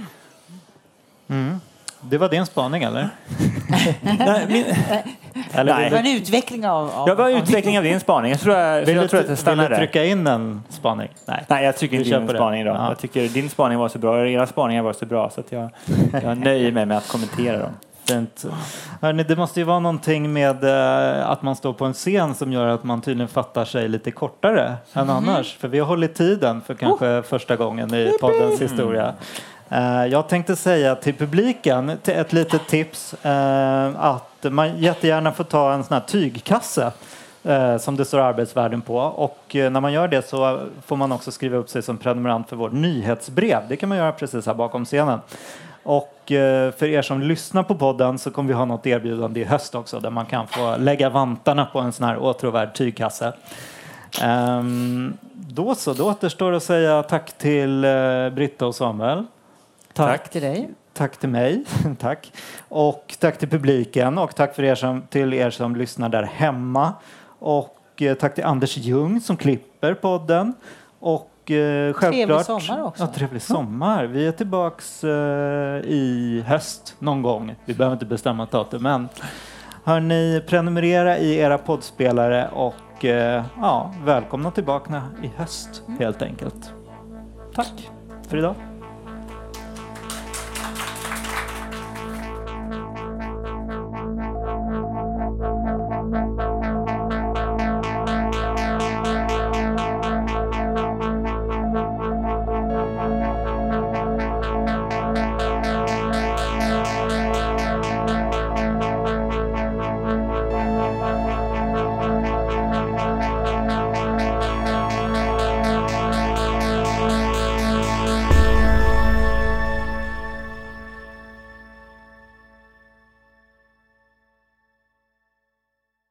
Speaker 6: Mm. Det var din spaning eller?
Speaker 1: Nej, min, eller
Speaker 7: det var en utveckling av... av
Speaker 1: jag var utveckling av din spaning. Jag tror, jag,
Speaker 6: vill
Speaker 1: jag
Speaker 6: du,
Speaker 1: tror att jag stannar
Speaker 6: vill du
Speaker 1: där.
Speaker 6: trycka in en spaning?
Speaker 1: Nej, Nej jag tycker inte din spaning idag.
Speaker 6: Ja.
Speaker 1: Jag tycker din spaning var så bra och era spaningar var så bra så att jag, jag nöjer mig med att kommentera dem.
Speaker 6: Hörrni, det måste ju vara någonting med eh, att man står på en scen som gör att man tydligen fattar sig lite kortare mm. än annars. För vi har hållit tiden för kanske oh. första gången i poddens historia. Eh, jag tänkte säga till publiken till ett litet tips eh, att man jättegärna får ta en sån här tygkasse eh, som det står Arbetsvärlden på. Och eh, när man gör det så får man också skriva upp sig som prenumerant för vårt nyhetsbrev. Det kan man göra precis här bakom scenen. Och för er som lyssnar på podden så kommer vi ha något erbjudande i höst också där man kan få lägga vantarna på en sån här åtråvärd tygkasse. Um, då så, då återstår att säga tack till uh, Britta och Samuel.
Speaker 7: Tack, tack till dig.
Speaker 6: Tack till mig. Tack. Och tack till publiken och tack för er som, till er som lyssnar där hemma. Och uh, tack till Anders Ljung som klipper podden. Och Eh,
Speaker 7: trevlig sommar också.
Speaker 6: Ja, trevlig sommar. Vi är tillbaks eh, i höst någon gång. Vi behöver inte bestämma ett datum, men hör ni prenumerera i era poddspelare och eh, ja, välkomna tillbaka i höst helt enkelt. Tack för idag.